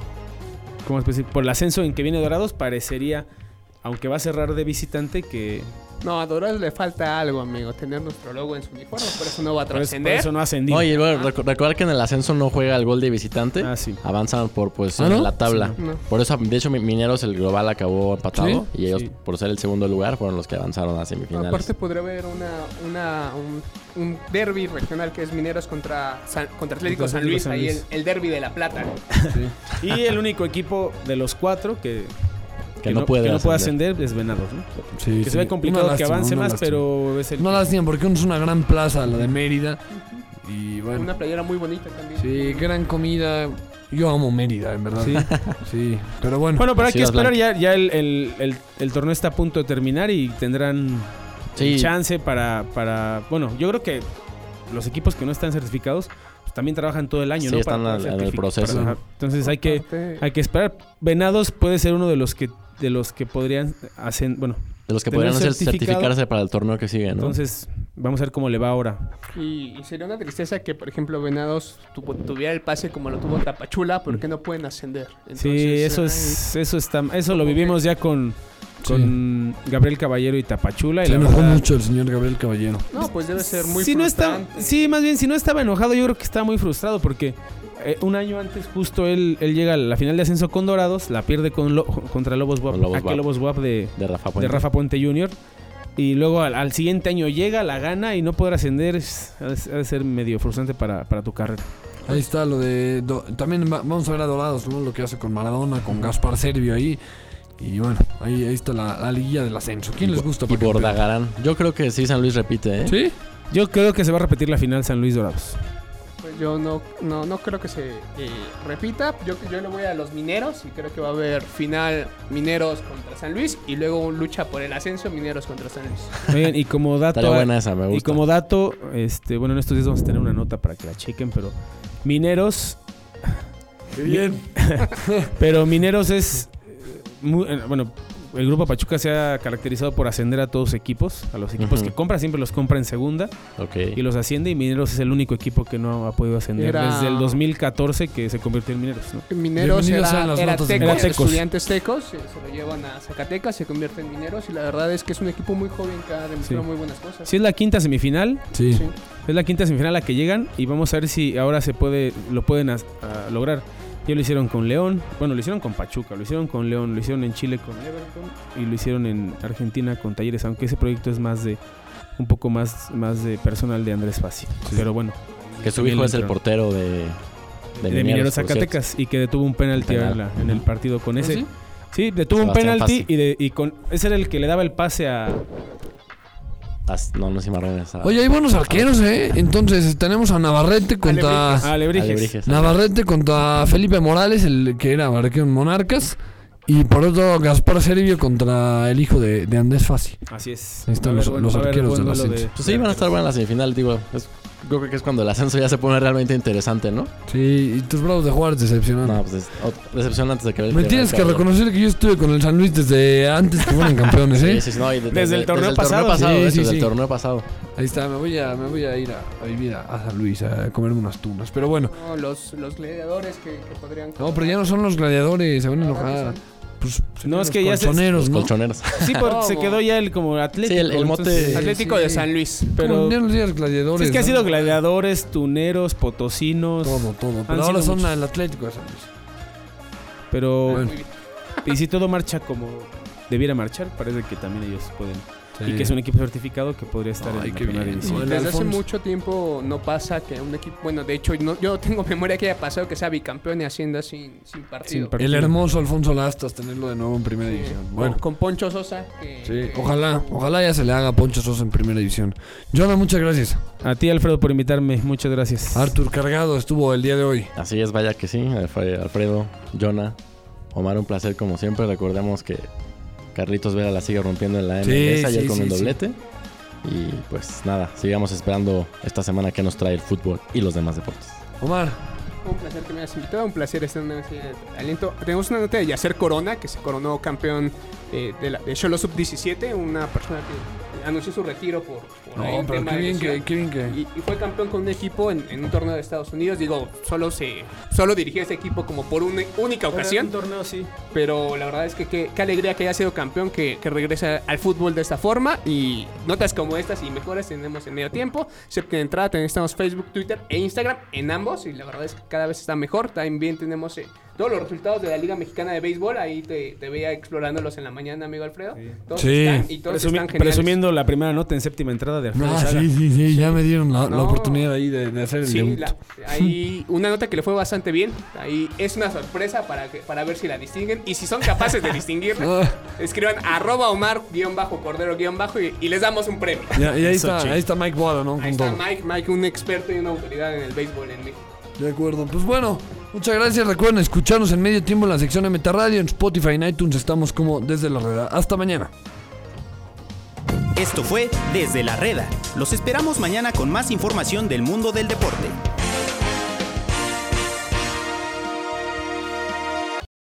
ascenso en que viene Dorados, parecería, aunque va a cerrar de visitante, que... No, a Dorados le falta algo, amigo. Tener nuestro logo en su uniforme, por eso no va a trascender. Por eso no ascendió. Oye, bueno, recordar que en el ascenso no juega el gol de visitante. Sí. Avanzan por posición en la tabla. Sí, no. Por eso, de hecho, Mineros, el global acabó empatado. ¿Sí? Y ellos, por ser el segundo lugar, fueron los que avanzaron a semifinales. Aparte, podría haber un derbi regional que es Mineros contra Atlético San Luis. Ahí el derbi de La Plata. Sí. Y el único equipo de los 4 que no puede ascender es Venados, ¿no? Sí, que se ve complicado que avance más, pero es el... No lástima porque es una gran plaza, la de Mérida. Y bueno. Una playera muy bonita también. Sí, gran comida. Yo amo Mérida, en verdad. Sí, pero bueno. Bueno, pero hay que esperar. Ya el torneo está a punto de terminar y tendrán chance para... Bueno, yo creo que los equipos que no están certificados también trabajan todo el año, sí, ¿no? Están en el proceso. Entonces hay que esperar. Venados puede ser uno de los que podrían hacer, bueno, de los que podrían certificarse para el torneo que sigue, ¿no? Entonces, vamos a ver cómo le va ahora. Y sería una tristeza que, por ejemplo, Venados tuviera el pase como lo tuvo Tapachula, porque no pueden ascender. Entonces, eso lo vivimos ya con Gabriel Caballero y Tapachula. Se enojó mucho el señor Gabriel Caballero. No, pues debe ser muy frustrante. Más bien, si no estaba enojado, yo creo que estaba muy frustrado porque un año antes justo él llega a la final de ascenso con Dorados, la pierde contra Lobos WAP, aquel Lobos WAP de Rafa Puente Jr. Y luego al siguiente año llega, la gana y no poder ascender ha de ser medio frustrante para tu carrera. Ahí está lo de... también vamos a ver a Dorados, ¿no? Lo que hace con Maradona, con Gaspar Servio ahí. Y bueno, ahí está la liguilla del ascenso. ¿Quién les gusta? Y Bordagarán. Yo creo que sí, San Luis repite, ¿eh? ¿Sí? Yo creo que se va a repetir la final San Luis Dorados. Pues yo no creo que se repita. Yo le voy a los Mineros y creo que va a haber final Mineros contra San Luis y luego lucha por el ascenso Mineros contra San Luis. Bien, y como dato... Estaría buena esa, me gusta. Y como dato, bueno, en estos días vamos a tener una nota para que la chequen, pero Mineros... ¡Qué bien! Pero Mineros es... bueno, el Grupo Pachuca se ha caracterizado por ascender a todos los equipos. A los equipos que compra, siempre los compra en segunda. Y los asciende. Y Mineros es el único equipo que no ha podido ascender desde el 2014 que se convirtió en Mineros, ¿no? Mineros era Tecos, Estudiantes Tecos. Se lo llevan a Zacatecas, se convierte en Mineros. Y la verdad es que es un equipo muy joven que ha demostrado muy buenas cosas. Sí, es la quinta semifinal. Sí. Es la quinta semifinal a la que llegan. Y vamos a ver si ahora lo pueden lograr. Ya lo hicieron con León, bueno, lo hicieron con Pachuca, lo hicieron con León, lo hicieron en Chile con Everton y lo hicieron en Argentina con Talleres, aunque ese proyecto es un poco más de personal de Andrés Fassi. Sí. Pero bueno. Que su hijo es el portero de Mineros Zacatecas y que detuvo un penalti en el partido con ese. ¿Sí? Sí, detuvo un penalti ese era el que le daba el pase a... No Cimarrones. Oye, hay buenos arqueros, Entonces tenemos a Navarrete contra... Alebrijes. Navarrete contra Felipe Morales, el que era arquero en Monarcas. Y por otro, Gaspar Servio contra el hijo de Andrés Fassi. Así es. Ahí están los arqueros de la ascenso. Pues sí, van a estar buenas la semifinal, digo. Yo creo que es cuando el ascenso ya se pone realmente interesante, ¿no? Sí, y tus Bravos de Juárez decepcionantes. No, pues decepcionantes de que... Me tienes que reconocer que yo estuve con el San Luis desde antes que fueran campeones, Sí, no, desde el torneo pasado. Desde el torneo pasado. Ahí está, me voy a ir a vivir a San Luis a comerme unas tunas. Pero bueno. No, los gladiadores que podrían... No, pero ya no son los gladiadores, se van a enojar. Pues, no, es que ya colchoneros, ¿no? Colchoneros. Sí, porque se quedó ya el como Atlético. Sí, el mote... Atlético de San Luis. Pero ya no digas gladiadores. Es que ha sido gladiadores, tuneros, potosinos. Todo. Pero ahora son el Atlético de San Luis. Pero... Bueno. Y si todo marcha como debiera marchar, parece que también ellos pueden. Sí. Y que es un equipo certificado que podría estar en la primera división. Desde hace mucho tiempo no pasa que un equipo... Bueno, de hecho, yo tengo memoria que haya pasado que sea bicampeón y Hacienda sin partido. El hermoso Alfonso Lastas tenerlo de nuevo en primera división. Bueno. Con Poncho Sosa. Ojalá ya se le haga a Poncho Sosa en primera división. Jonah, muchas gracias. A ti, Alfredo, por invitarme. Muchas gracias. Artur Cargado estuvo el día de hoy. Así es, vaya que sí. Fue Alfredo, Jonah, Omar, un placer como siempre. Recordemos que Carlitos Vera la sigue rompiendo en la MLS ayer con un doblete. Y pues nada, sigamos esperando esta semana que nos trae el fútbol y los demás deportes. Omar. Un placer que me hayas invitado, un placer estar en una aliento. Tenemos una nota de Yacer Corona, que se coronó campeón de Xolo Sub-17, una persona que anunció su retiro por ahí un tema de lesión. Qué bien que... Y fue campeón con un equipo en un torneo de Estados Unidos. Digo, solo dirigió ese equipo como por una única ocasión. Un torneo, sí. Pero la verdad es que qué alegría que haya sido campeón, que regresa al fútbol de esta forma. Y notas como estas y mejores tenemos en medio tiempo. Excepto que de entrada estamos Facebook, Twitter e Instagram en ambos. Y la verdad es que cada vez está mejor. También tenemos todos los resultados de la Liga Mexicana de Béisbol. Ahí te veía explorándolos en la mañana, amigo Alfredo. Sí. Todos están, y todos están geniales. Presumiendo la primera nota en séptima entrada de Alfredo Saga. Sí, ya me dieron la oportunidad ahí de hacer el debut. Hay una nota que le fue bastante bien. Ahí es una sorpresa para ver si la distinguen. Y si son capaces de distinguirla, escriban @Omar_Cordero_ y les damos un premio. Y ahí está Mike Boada, ¿no? Ahí está Mike, un experto y una autoridad en el béisbol en México. De acuerdo, pues bueno, muchas gracias. Recuerden escucharnos en medio tiempo en la sección de Meta Radio, en Spotify, en iTunes. Estamos como Desde la Reda. Hasta mañana. Esto fue Desde la Reda. Los esperamos mañana con más información del mundo del deporte.